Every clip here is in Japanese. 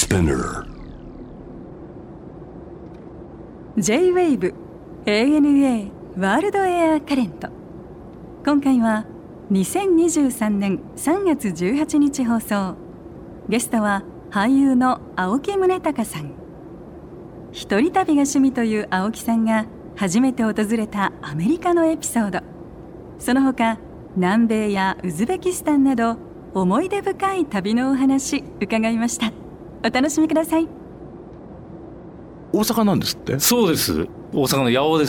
Spinner J-Wave ANA ワールドエアカレント。今回は2023年3月18日放送。ゲストは俳優の青木宗隆さん。一人旅が趣味という青木さんが初めて訪れたアメリカのエピソード、その他南米やウズベキスタンなど思い出深い旅のお話伺いました。お楽しみください。 大阪なんですって。 そうです。大阪の八尾です。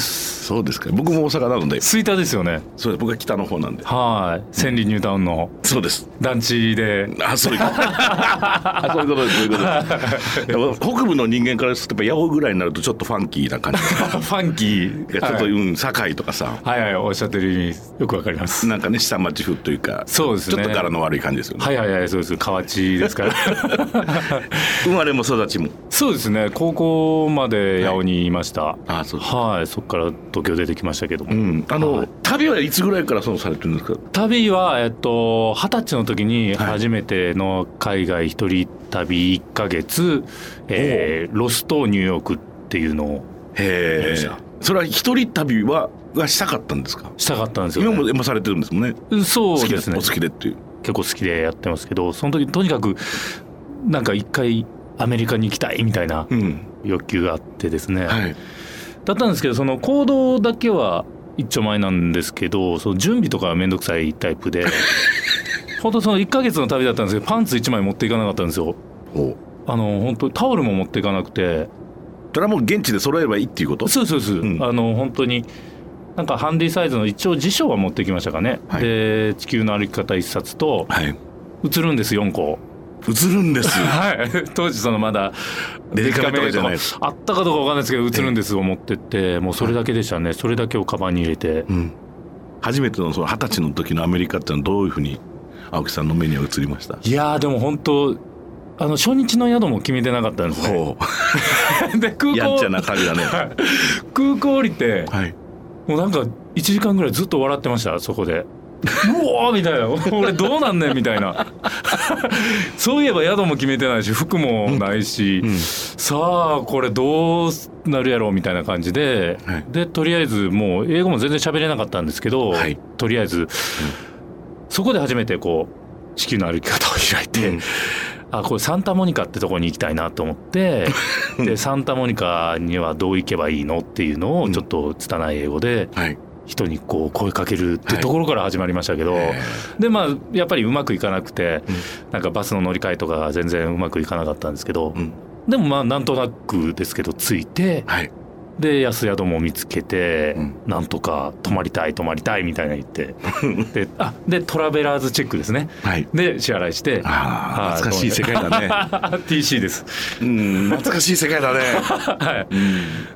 そうですか。僕も大阪なので。 吹田ですよね。 そうです。僕は北の方なんで。 はい。千里ニュータウンの。 そうです。 団地で。 あ、そういうこと。そういうことです。そういうことです。北部の人間からするとやっぱ八尾ぐらいになるとちょっとファンキーな感じ。 ファンキー。 ちょっと堺とかさ。 はいはい。おっしゃってる意味よくわかります。 なんかね、下町風というか。 そうですね。 ちょっと柄の悪い感じですよね。 はいはいはい。そうです。河内ですから。 生まれも育ちも。 そうですね。高校まで八尾にいました。はい、 あ、そうです。 はい。そこから東京出てきましたけども。 はい、旅はいつぐらいからそうされてるんですか。 旅は20歳の時に初めての海外一人旅1ヶ月、ロスとニューヨークっていうのをやりました。 それは一人旅はしたかったんですか。 したかったんですよ、ね。 今もされてるんですもんね。 そうですね。 お好きでっていう。結構好きでやってますけど、その時とにかくなんか一回アメリカに行きたいみたいな欲求があってですね、はい、だったんですけど、その行動だけは一丁前なんですけど、その準備とかはめんどくさいタイプで本当その1ヶ月の旅だったんですけど、パンツ1枚持っていかなかったんですよ。本当タオルも持っていかなくて。 それはもう現地で揃えればいいっていうこと。 そうです、本当になんかハンディサイズの一応辞書は持ってきましたかね、はい、で地球の歩き方1冊と、はい、映るんです4個映るんですはい当時そのまだデジカメとかあったかどうかわかんないですけど、映るんですを持ってって、もうそれだけでしたね。それだけをカバンに入れて、 初めてのその20歳の時のアメリカってのはどういうふうに青木さんの目には映りました。 いやでも本当初日の宿も決めてなかったんですねで空港やんちゃな旅だね空港降りて、はい、もうなんか1時間ぐらいずっと笑ってました。そこでうおーみたいな俺どうなんねんみたいなそういえば宿も決めてないし服もないし、さあこれどうなるやろうみたいな感じで、はい、でとりあえずもう英語も全然喋れなかったんですけど、はい、とりあえず、そこで初めてこう地球の歩き方を開いて、これサンタモニカってとこに行きたいなと思ってでサンタモニカにはどう行けばいいのっていうのをちょっと拙い英語で、人にこう声かけるってところから始まりましたけど、でやっぱりうまくいかなくて、なんかバスの乗り換えとかが全然うまくいかなかったんですけど、でもなんとなくですけど着いて、で安宿も見つけて、なんとか泊まりたいみたいな言ってでトラベラーズチェックですね、で支払いして。 懐かしい世界だね TC です。 懐かしい世界だねはい、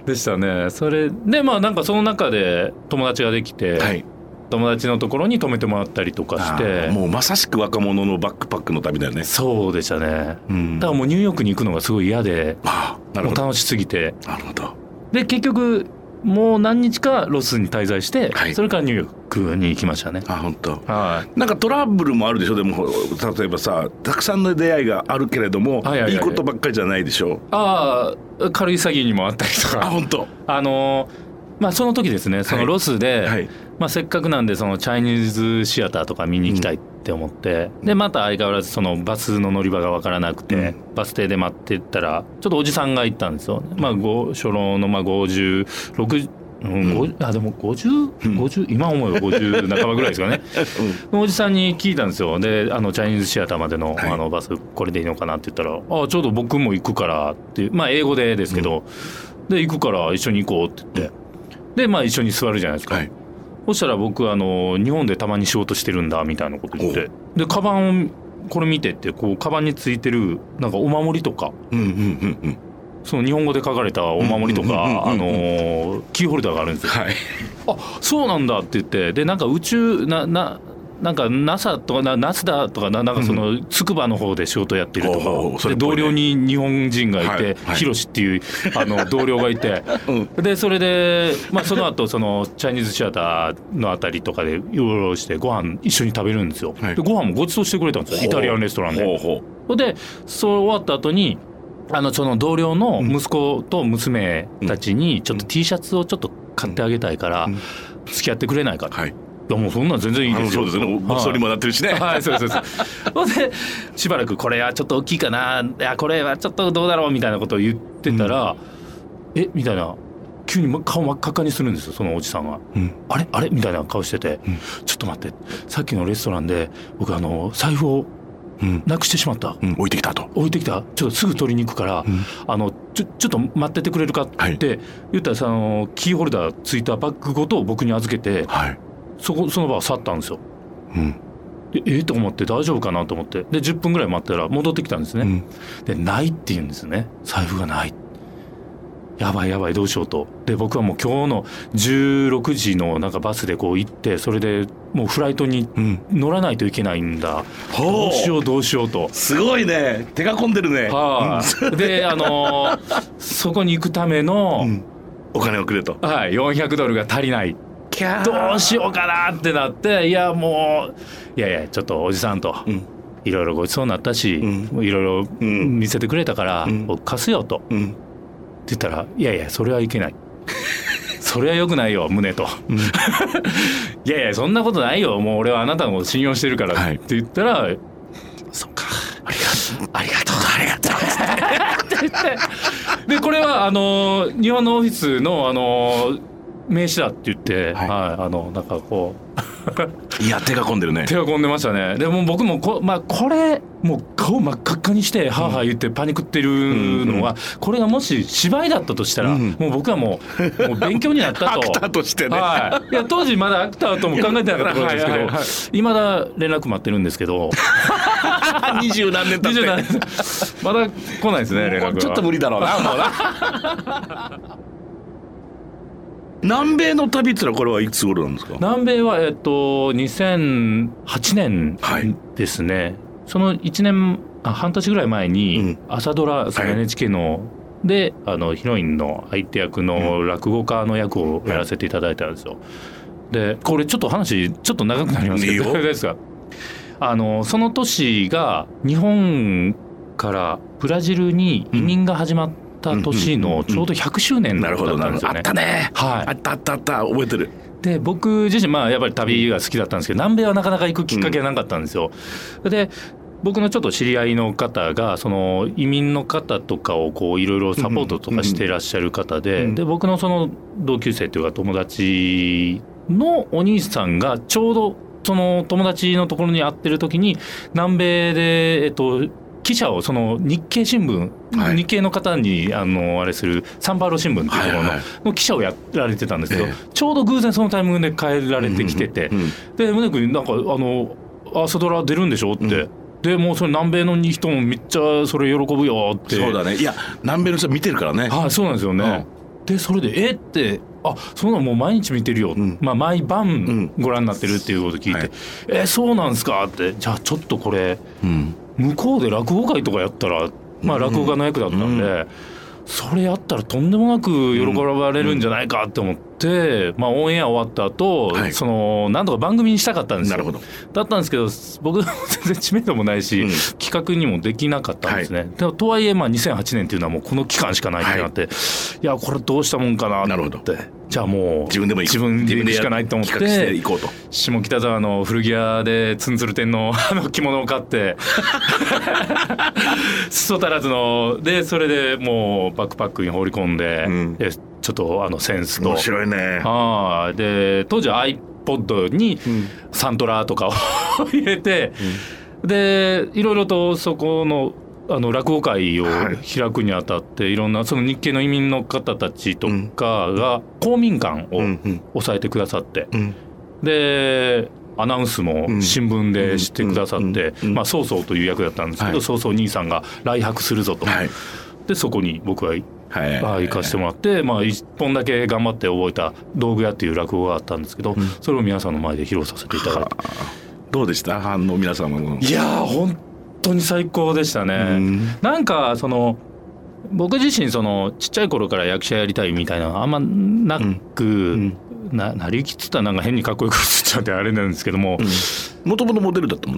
でしたね。それでなんかその中で友達ができて、友達のところに泊めてもらったりとかして、 もうまさしく若者のバックパックの旅だよね。 そうでしたね、だからもうニューヨークに行くのがすごい嫌で、もう楽しすぎて。 なるほど。で結局もう何日かロスに滞在して、それからニューヨークに行きましたね。 本当。なんかトラブルもあるでしょ。でも例えばさ、たくさんの出会いがあるけれども、いいことばっかりじゃないでしょ。 軽い詐欺にもあったりとか。 本当。 その時ですね、そのロスで、せっかくなんでそのチャイニーズシアターとか見に行きたいって思って、でまた相変わらずそのバスの乗り場が分からなくて、バス停で待ってたらちょっとおじさんがいたんですよね。初老の56、でも50、今思えば50半ばぐらいですかねおじさんに聞いたんですよ。でチャイニーズシアターまでの、バスこれでいいのかなって言ったら、ちょうど僕も行くからっていう、英語でですけど、で行くから一緒に行こうって言って、で一緒に座るじゃないですか、そしたら僕日本でたまに仕事してるんだみたいなこと言って、でカバンをこれ見てってこうカバンについてるなんかお守りとか、その日本語で書かれたお守りとかキーホルダーがあるんですよ。そうなんだって言って、でなんか宇宙なんか NASA とかナスダとかなんかその筑波の方で仕事やってるとか、で同僚に日本人がいて、ヒロシっていう同僚がいてでそれでその後そのチャイニーズシアターのあたりとかでいろいろしてご飯一緒に食べるんですよ。でご飯もご馳走してくれたんですよ、イタリアンレストランで。でそう終わった後にその同僚の息子と娘たちにちょっと T シャツをちょっと買ってあげたいから付き合ってくれないかって、はい、いやもうそんなん全然いいですよ。 そうですね、ごちそうにもなってるしね。 はい、そうですそうですでしばらくこれはちょっと大きいかな、いやこれはちょっとどうだろうみたいなことを言ってたら、みたいな急に顔真っ赤っかにするんですよ、そのおじさんが、あれみたいな顔してて、ちょっと待って、さっきのレストランで僕財布をなくしてしまった、 置いてきたと、 ちょっとすぐ取りに行くから、ちょっと待っててくれるかって言ったら、キーホルダーついたバッグごと僕に預けて、はい、その場を去ったんですよ。と思って大丈夫かなと思って、で10分ぐらい待ったら戻ってきたんですね、でないって言うんですね、財布がない、やばいどうしようと。で僕はもう今日の16時のなんかバスでこう行って、それでもうフライトに乗らないといけないんだ、どうしようと。 すごいね、手が込んでるね。 でそこに行くための、 お金をくれと、 はい、$400が足りない、どうしようかなってなって、いやちょっとおじさんと、いろいろごちそうになったし、いろいろ見せてくれたから、僕貸すよと、って言ったら、いやそれはいけないそれは良くないよ胸と、いやそんなことないよ、もう俺はあなたのこと信用してるからって言ったら、 そっか、ありがとうって言ってでこれは日本のオフィスの名刺だって言って、なんかこういや手が込んでるね。 手が込んでましたね。でも僕もこれもう顔真っ赤っかにしてはぁ言ってパニクってるのが、これがもし芝居だったとしたら、もう僕はもう勉強になったと。 アクターとしてね。 いや当時まだアクターとも考えてなかったことですけど、未だ連絡待ってるんですけど 20何年経ってまだ来ないですね、連絡は。 ちょっと無理だろうなもうな南米の旅ってのはこれはいつ頃なんですか？ 南米は2008年ですね、はい、その半年ぐらい前に朝ドラ、NHK のでヒロインの相手役の落語家の役をやらせていただいたんですよ。でこれちょっと話ちょっと長くなりますけど、いいですか？その年が日本からブラジルに移民が始まった年のちょうど100周年だったんですよね。 あったね、 はい、 あった覚えてる。 で僕自身やっぱり旅が好きだったんですけど、南米はなかなか行くきっかけがなかったんですよ。で僕のちょっと知り合いの方がその移民の方とかをこういろいろサポートとかしていらっしゃる方で、で僕のその同級生というか友達のお兄さんがちょうどその友達のところに会ってる時に南米で記者をその日経新聞、はい、日系の方にあれするサンパウロ新聞っていうところの記者をやられてたんですけど、ちょうど偶然そのタイミングで帰られてきてて、で宗君なんか朝ドラ出るんでしょって、でもうそれ南米の人もめっちゃそれ喜ぶよって。 そうだね、いや南米の人見てるからね。 はい、そうなんですよね、でそれでってそんなもう毎日見てるよ、毎晩ご覧になってるっていうことを聞いて、そうなんですかって、じゃあちょっとこれ、向こうで落語会とかやったら、落語家の役だったんで、それやったらとんでもなく喜ばれるんじゃないかって思って、オンエア終わった後、なんとか番組にしたかったんですよ。 なるほど。 だったんですけど僕全然知名度もないし、企画にもできなかったんですね。でもとはいえ2008年っていうのはもうこの期間しかないってなって、いやこれどうしたもんかなと思って、じゃあもう自分で行くしかないと思って下北沢の古着屋でツンツル店の着物を買って裾足らずので、それでもうバックパックに放り込んで、ちょっとセンスと面白いね。 で当時は iPod にサントラとかを入れて、でいろいろとそこの落語会を開くにあたって、いろんなその日系の移民の方たちとかが公民館を抑えてくださって、でアナウンスも新聞でしてくださって、曹操という役だったんですけど、曹操兄さんが来泊するぞと、でそこに僕は行かせてもらって、一本だけ頑張って覚えた道具屋っていう落語があったんですけど、それを皆さんの前で披露させていただいて。 どうでした？反応皆様の。 いや本当に最高でしたね。なんか僕自身ちっちゃい頃から役者やりたいみたいなのあんまなく、成り行きっつったらなんか変にかっこよく映っちゃってあれなんですけども、 もともとモデルだったもんね。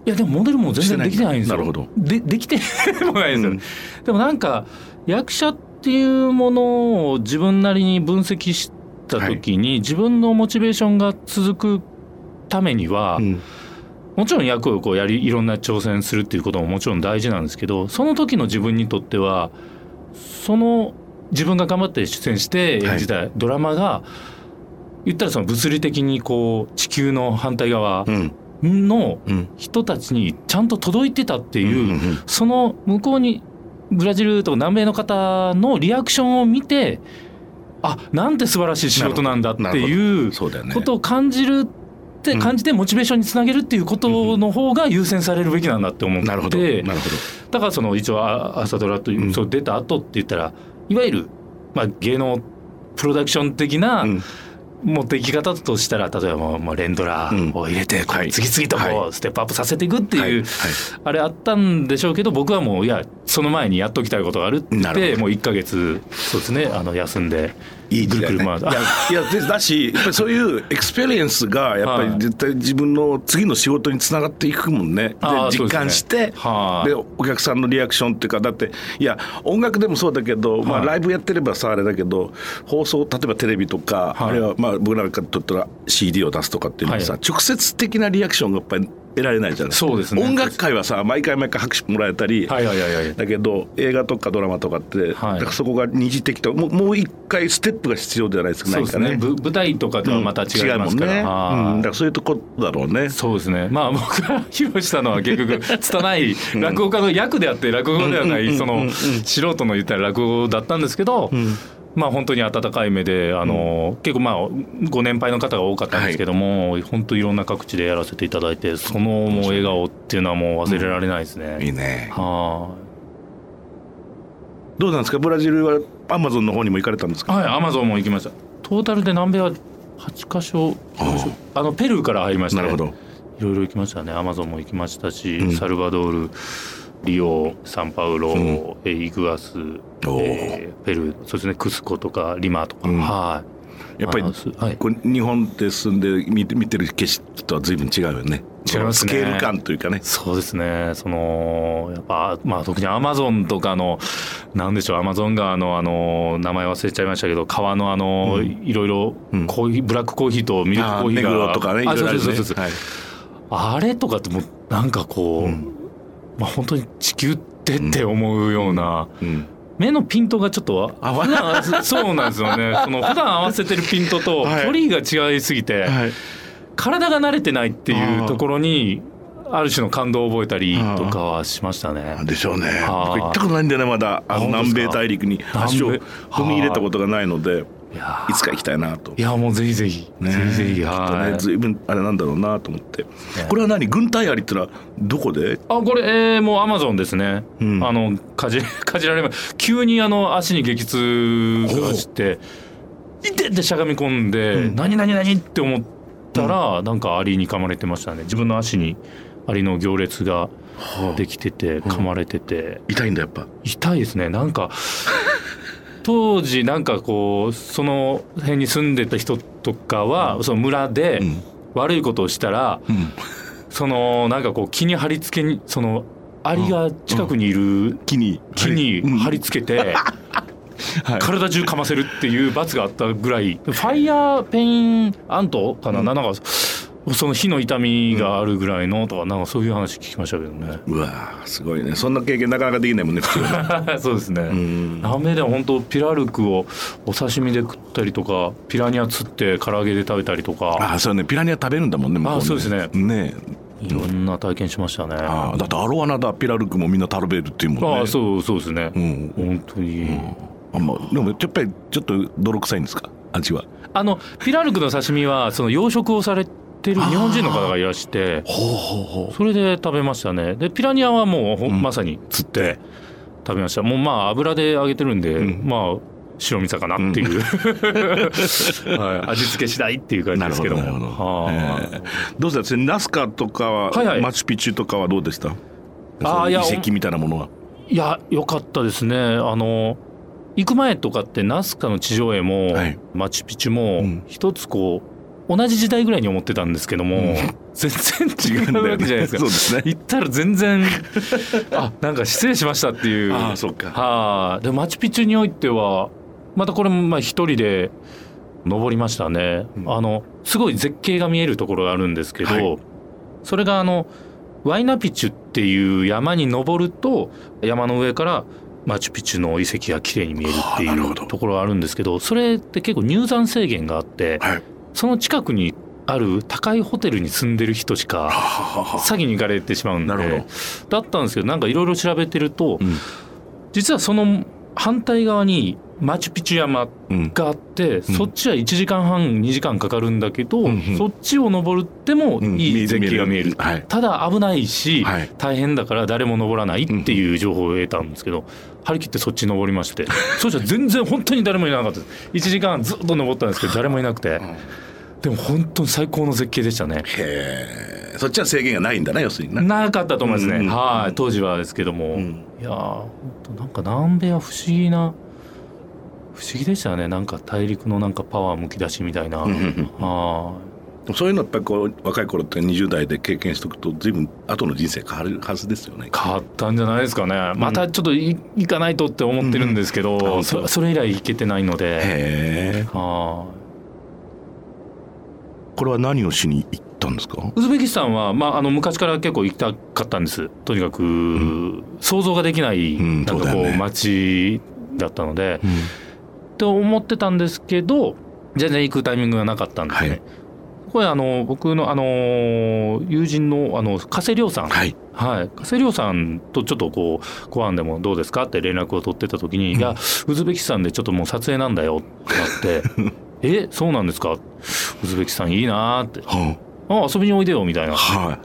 いやでもモデルも全然できてないんですよ。 なるほど。 できてもないですよね、でもなんか役者っていうものを自分なりに分析した時に、自分のモチベーションが続くためには、もちろん役をこういろんな挑戦するっていうことももちろん大事なんですけど、その時の自分にとってはその自分が頑張って出演して演じたドラマが、言ったらその物理的にこう地球の反対側の人たちにちゃんと届いてたっていう、その向こうにブラジルとか南米の方のリアクションを見て、なんて素晴らしい仕事なんだっていうことを感じるって感じて、モチベーションにつなげるっていうことの方が優先されるべきなんだって思って、だからその一応朝ドラというそう出た後って言ったら、いわゆる芸能プロダクション的な持っていき方としたら、例えばもう連ドラを入れてこう次々とこうステップアップさせていくっていうあれあったんでしょうけど、僕はもうその前にやっときたいことがあるって言ってもう1ヶ月そうですね休んでいい時代ね。いやだしやっぱりそういうエクスペリエンスがやっぱり絶対自分の次の仕事につながっていくもんね。で実感して、でお客さんのリアクションっていうか、だっていや音楽でもそうだけど、ライブやってればさあれだけど、放送例えばテレビとか、あるいは僕なんかとったら CD を出すとかっていうのはさ、直接的なリアクションがやっぱり得られないじゃない。 そうですね。 音楽界はさ毎回拍手もらえたり、だけど映画とかドラマとかって、だからそこが二次的ともう一回ステップが必要じゃないですか。 そうですね。舞台とかとはまた違いますから、 違うもんね。だからそういうとこだろうね。 そうですね。僕が披露したのは結局拙い落語家の役であって落語ではないその素人の言ったら落語だったんですけど、本当に温かい目で結構ご年配の方が多かったんですけども、本当いろんな各地でやらせていただいて、そのもう笑顔っていうのはもう忘れられないですね。 いいね。どうなんですか、ブラジルはアマゾンの方にも行かれたんですか。 アマゾンも行きました。トータルで南米は8カ所、ペルーから入りましたね。なるほど。いろいろ行きましたね。アマゾンも行きましたし、サルバドール、リオ、サンパウロ、イグアス、ペルー、そうですね、クスコとかリマとか、 やっぱり、日本で住んで見てる景色とは随分違うよね。 違いますね。 スケール感というかね。 そうですね。やっぱ特にアマゾンとかのなんでしょう、アマゾン川の名前忘れちゃいましたけど、川のいろいろコーヒー、ブラックコーヒーとミルクコーヒーが、 ネグロとかね、いろいろあるね。 あれとかってもうなんかこう、本当に地球って思うような。目のピントがちょっとそうなんですよね。その普段合わせてるピントと距離が違いすぎて、体が慣れてないっていうところにある種の感動を覚えたりとかはしましたね。 でしょうね。僕行ったことないんだよね、まだ南米大陸に足を踏み入れたことがないので、いつか行きたいなと。 いやもうぜひぜひ、ぜひぜひ、 随分あれなんだろうなと思って。これは何、軍隊アリってのはどこで？ これもうアマゾンですね。かじられま急に足に激痛がしていてってしゃがみ込んで、何って思ったら、なんかアリに噛まれてましたね。自分の足にアリの行列ができてて、噛まれてて、 痛いんだ。やっぱ痛いですね。なんか当時なんかこうその辺に住んでた人とかは、その村で悪いことをしたら、そのなんかこう木に貼り付けに、そのアリが近くにいる木に貼り付けて体中噛ませるっていう罰があったぐらい、ファイヤーペインアントかな、なんかその火の痛みがあるぐらいのとか、なんかそういう話聞きましたけどね。 うわすごいね。そんな経験なかなかできないもんね、普通そうですね。南米では本当ピラルクをお刺身で食ったりとか、ピラニア釣って唐揚げで食べたりとか。 そうね、ピラニア食べるんだもんね、向こうね。 そうですね。 ね、 いろんな体験しましたね。 だってアロワナだピラルクもみんな食べるっていうもんね。 そうですね。本当に。 でもやっぱりちょっと泥臭いんですか、味は。 ピラルクの刺身はその養殖をされてる日本人の方がいらして、それで食べましたね。でピラニアはもうまさに釣って食べました。もう油で揚げてるんで、白身魚っていう、味付けしないっていう感じですけども。 どうでしたナスカとかは、マチュピチュとかはどうでした？遺跡みたいなものは。 いや良かったですね。行く前とかってナスカの地上絵も、マチュピチュも一つこう同じ時代ぐらいに思ってたんですけども、 全然違うわけじゃないですか。 そうですね。 行ったら全然なんか失礼しましたっていう。 そうか。 でマチュピチュにおいてはまたこれも一人で登りましたね。すごい絶景が見えるところがあるんですけど、それがワイナピチュっていう山に登ると山の上からマチュピチュの遺跡が綺麗に見えるっていうところがあるんですけど、それって結構入山制限があって、その近くにある高いホテルに住んでる人しか詐欺に行かれてしまうんで、だったんですけど、なんかいろいろ調べてると、実はその反対側にマチュピチュ山があって、そっちは1時間半2時間かかるんだけど、そっちを登ってもいい絶景が見える、ただ危ないし、大変だから誰も登らないっていう情報を得たんですけど、張り切ってそっち登りまして、そしたら全然本当に誰もいなかったです。1時間ずっと登ったんですけど誰もいなくて、でも本当に最高の絶景でしたね。 そっちは制限がないんだな、要するになかったと思いますね。当時はですけども、いや本当なんか南米は不思議でしたね。なんか大陸のなんかパワーむき出しみたいな。 そういうのやっぱり若い頃って20代で経験しておくと随分後の人生変わるはずですよね。 変わったんじゃないですかね。またちょっと行かないとって思ってるんですけど、それ以来行けてないので。 これは何をしに行ったんですか？ ウズベキスタンは、昔から結構行きたかったんです。とにかく、想像ができないなんかこう街だったので、と思ってたんですけど、全然行くタイミングがなかったんですね。これ僕の友人の加瀬亮さん、加瀬亮さんとちょっとこうご飯でもどうですかって連絡を取ってた時に、いやウズベキスタンでちょっともう撮影なんだよってなってそうなんですか、ウズベキスタンいいなって、遊びにおいでよみたいな、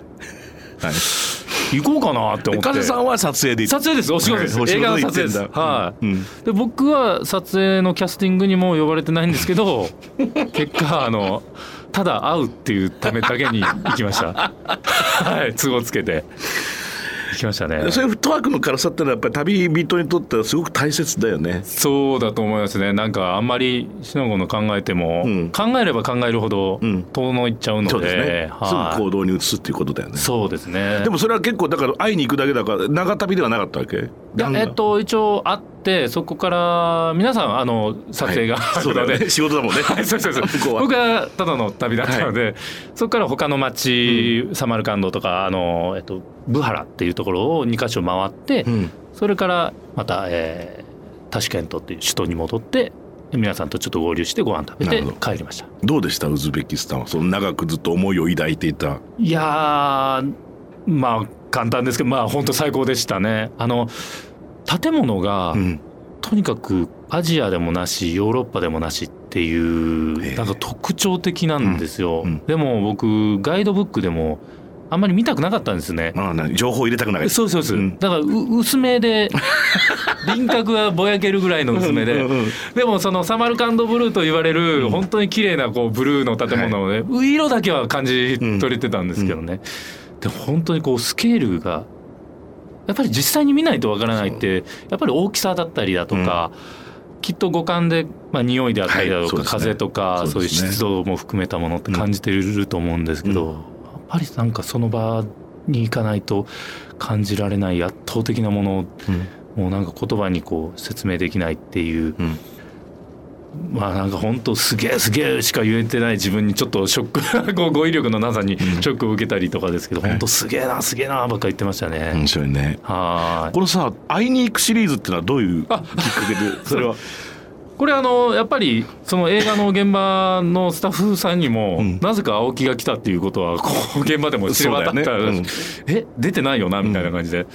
行こうかなって思って。 加瀬さんは撮影で撮影です、お仕事です、映画の撮影です。で僕は撮影のキャスティングにも呼ばれてないんですけど結果ただ会うっていうためだけに行きました都合つけて行きましたね。 そういうフットワークの軽さってのはやっぱり旅人にとってはすごく大切だよね。 そうだと思いますね。なんかあんまりしのごの考えても、考えれば考えるほど遠のいっちゃうので、そうですね、 すぐ行動に移すっていうことだよね。 そうですね。 でもそれは結構だから会いに行くだけだから長旅ではなかったわけ？ いや一応会ってそこから皆さん撮影があるので、 仕事だもんねそう僕はただの旅だったので、そこから他の町、サマルカンドとかブハラっていうところを2カ所回って、それからまた、タシケントっていう首都に戻って皆さんとちょっと合流してご飯食べて帰りました。 どうでしたウズベキスタンは？その長くずっと思いを抱いていた。 いや簡単ですけど本当最高でしたね。建物が、とにかくアジアでもなしヨーロッパでもなしっていうなんか特徴的なんですよ。でも僕ガイドブックでもあんまり見たくなかったんですね。 情報入れたくない。 そうです、だから薄めで輪郭がぼやけるぐらいの薄めででもそのサマルカンドブルーと言われる本当に綺麗なこうブルーの建物で、色だけは感じ取れてたんですけどね、で本当にこうスケールがやっぱり実際に見ないとわからないってやっぱり大きさだったりだとか、きっと五感で、匂いであったりだとか、風とかそういう湿度も含めたものって感じてると思うんですけど、やっぱりなんかその場に行かないと感じられない圧倒的なもの、もうなんか言葉にこう説明できないっていう、なんか本当すげえしか言えてない自分にちょっとショック語彙力のなさにショックを受けたりとかですけど、本当すげえなばっか言ってましたね。 面白いね。このさ会いに行くシリーズってのはどういうきっかけでそれはこれやっぱりその映画の現場のスタッフさんにも、なぜか青木が来たっていうことはこう現場でも知れ渡ったら、出てないよなみたいな感じで、で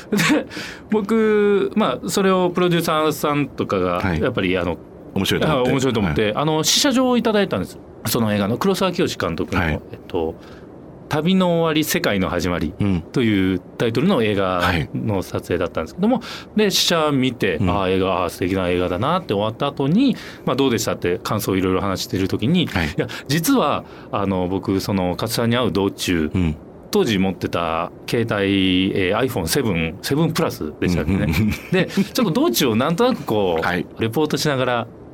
僕それをプロデューサーさんとかがやっぱり面白いと思って、試写状をいただいたんです。その映画の黒沢清監督の、旅の終わり世界の始まりというタイトルの映画の撮影だったんですけども、で試写見て、映画素敵な映画だなって終わった後に、どうでしたって感想をいろいろ話している時に、いや実は僕その勝さんに会う道中、当時持ってた携帯、iPhone7プラスでしたねでちょっと道中をなんとなくこう、レポートしながら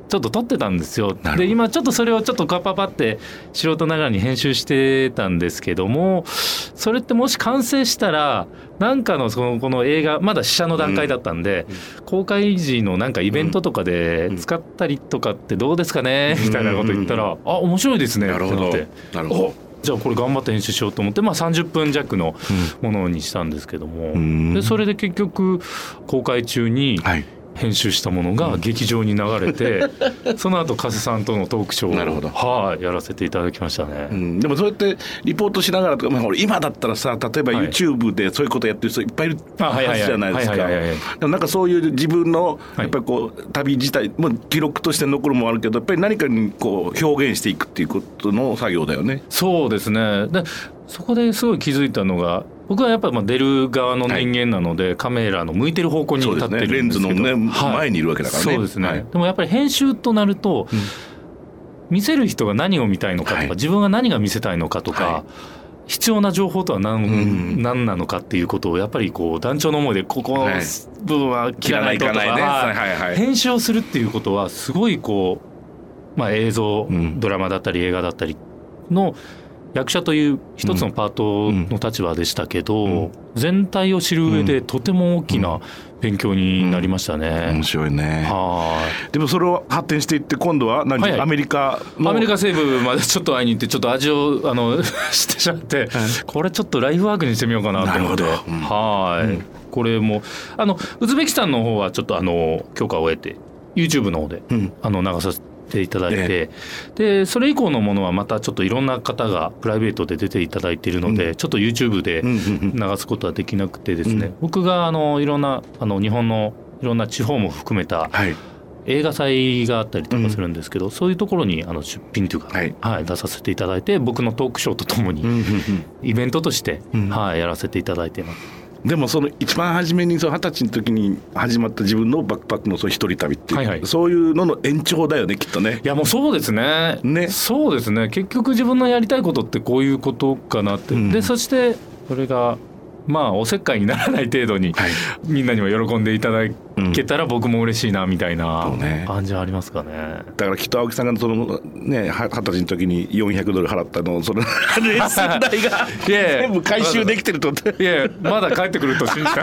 ちょっと撮ってたんですよ。で今ちょっとそれをちょっとパパって素人ながらに編集してたんですけども、それってもし完成したらなんかのこの映画まだ試写の段階だったんで、公開時のなんかイベントとかで使ったりとかってどうですかねみたいなこと言ったら、あ面白いですねってなって、なるほど、じゃあこれ頑張って編集しようと思って、30分弱のものにしたんですけども、でそれで結局公開中に編集したものが劇場に流れて、その後加瀬さんとのトークショーをやらせていただきましたね。 でもそうやってリポートしながらとか、今だったらさ、例えば YouTube でそういうことやってる人いっぱいいるはずじゃないですか。でもなんかそういう自分のやっぱりこう旅自体も記録として残るもあるけど、やっぱり何かにこう表現していくっていうことの作業だよね。 そうですね。でそこですごい気づいたのが、僕はやっぱり出る側の人間なので、カメラの向いてる方向に立ってるんですけど、 レンズの、前にいるわけだからね。 そうですね、でもやっぱり編集となると、見せる人が何を見たいのかとか、自分が何が見せたいのかとか、必要な情報とは何なのかっていうことをやっぱりこう団長の思いでここの部分は切らないととか、編集をするっていうことはすごいこう、映像、ドラマだったり映画だったりの役者という一つのパートの立場でしたけど、全体を知る上でとても大きな勉強になりましたね。 面白いね。でもそれを発展していって、今度はアメリカ西部までちょっと会いに行って、ちょっと味をしてしまって、これちょっっとライフワークにしてみようかなと思って。これもウズベキスタンの方はちょっと許可を得て YouTube の方で流させていただいて、でそれ以降のものはまたちょっといろんな方がプライベートで出ていただいているので、ちょっと YouTube で流すことはできなくてですね、僕がいろんな日本のいろんな地方も含めた映画祭があったりとかするんですけど、そういうところに出品というか、出させていただいて、僕のトークショーとともにイベントとして、やらせていただいています。 でもその一番初めに20歳の時に始まった自分のバックパックの一人旅っていう、そういうのの延長だよね、きっとね。 いやもうそうですね。そうですね。結局自分のやりたいことってこういうことかなって、でそしてそれがおせっかいにならない程度に、みんなにも喜んでいただけたら僕も嬉しいなみたいな感じはありますかね。 だからきっと青木さんが20歳の時に$400払ったのそのレッスン代が全部回収できてると思って。 いやまだ帰ってくると信じた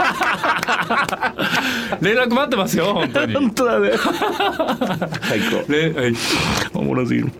連絡待ってますよ本当に。 本当だね最高、おもろすぎる。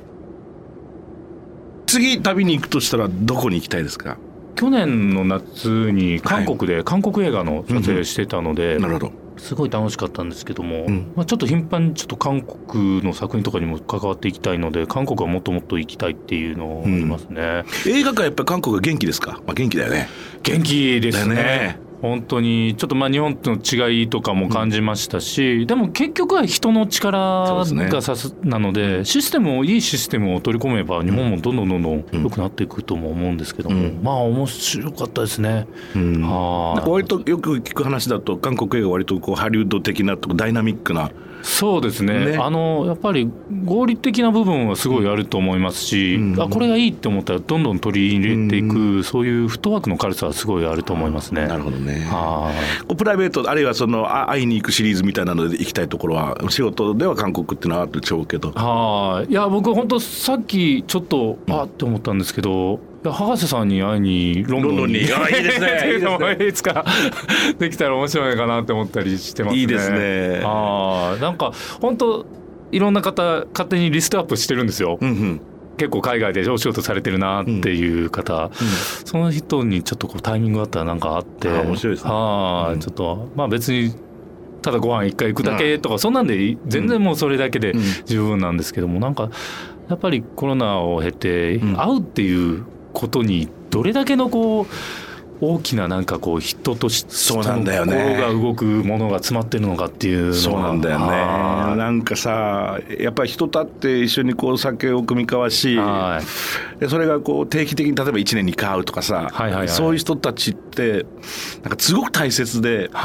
次旅に行くとしたらどこに行きたいですか？ 去年の夏に韓国で韓国映画の撮影してたので、 なるほど、 すごい楽しかったんですけども、ちょっと頻繁にちょっと韓国の作品とかにも関わっていきたいので、韓国はもっともっと行きたいっていうのありますね。 映画館やっぱり韓国は元気ですか？元気だよね。 元気ですね。本当にちょっと日本との違いとかも感じましたし、でも結局は人の力がなので、いいシステムを取り込めば日本もどんどん良くなっていくとも思うんですけども、面白かったですね。 割とよく聞く話だと、韓国映画割とハリウッド的なダイナミックな。 そうですね。やっぱり合理的な部分はすごいあると思いますし、これがいいって思ったらどんどん取り入れていく、そういうフットワークの軽さはすごいあると思いますね。 なるほどね。プライベートあるいは会いに行くシリーズみたいなので行きたいところは、仕事では韓国っていうのはあるでしょうけど。 いや僕本当さっきちょっとって思ったんですけど、博士さんに会いにロンドンにいいですねいつかできたら面白いかなって思ったりしてますね。 いいですね。 なんか本当いろんな方勝手にリストアップしてるんですよ。結構海外でお仕事されてるなっていう方、その人にちょっとタイミングがあったらなんかあって、 面白いですね。ちょっと別にただご飯一回行くだけとかそんなんで全然もうそれだけで十分なんですけども、なんかやっぱりコロナを経て会うっていうことにどれだけの大きな人としての心が動くものが詰まってるのかっていうのは。 そうなんだよね。なんかさ、やっぱり人と会って一緒に酒を酌み交わし、でそれが定期的に例えば1年に1回会うとかさ、そういう人たちってなんかすごく大切で、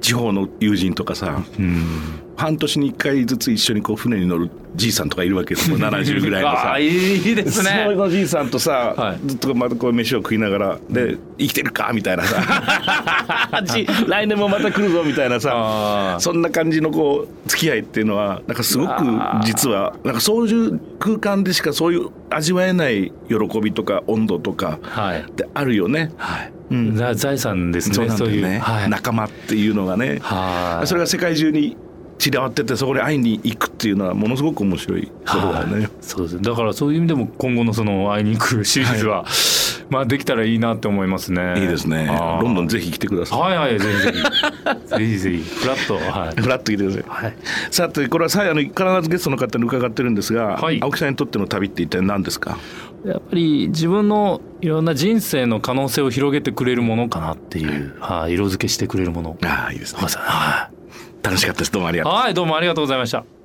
地方の友人とかさ、半年に1回ずつ一緒にこう船に乗るじいさんとかいるわけですよ。70ぐらいのさいいですね。 そのじいさんとさ、ずっとまたこう飯を食いながらで生きてるかみたいなさ来年もまた来るぞみたいなさ、そんな感じのこう付き合いっていうのはなんかすごく実はなんかそういう空間でしかそういう味わえない喜びとか温度とかってあるよね。 財産ですね。 そうなんだよね、 はい、 仲間っていうのがね、それが世界中に散らばっててそこに会いに行くっていうのはものすごく面白いことだよね。 そうです。だからそういう意味でも今後のその会いに行くシリーズは、まあできたらいいなって思いますね。 いいですね。ロンドンぜひ来てください。 はいはい、ぜひぜひぜひぜひフラット、 フラッと来てください。はい、さあこれは必ずゲストの方に伺ってるんですが、青木さんにとっての旅って一体何ですか？ やっぱり自分のいろんな人生の可能性を広げてくれるものかなっていう、色付けしてくれるもの。 いいですね。楽しかったです。どうもありがとう。 はい、どうもありがとうございました。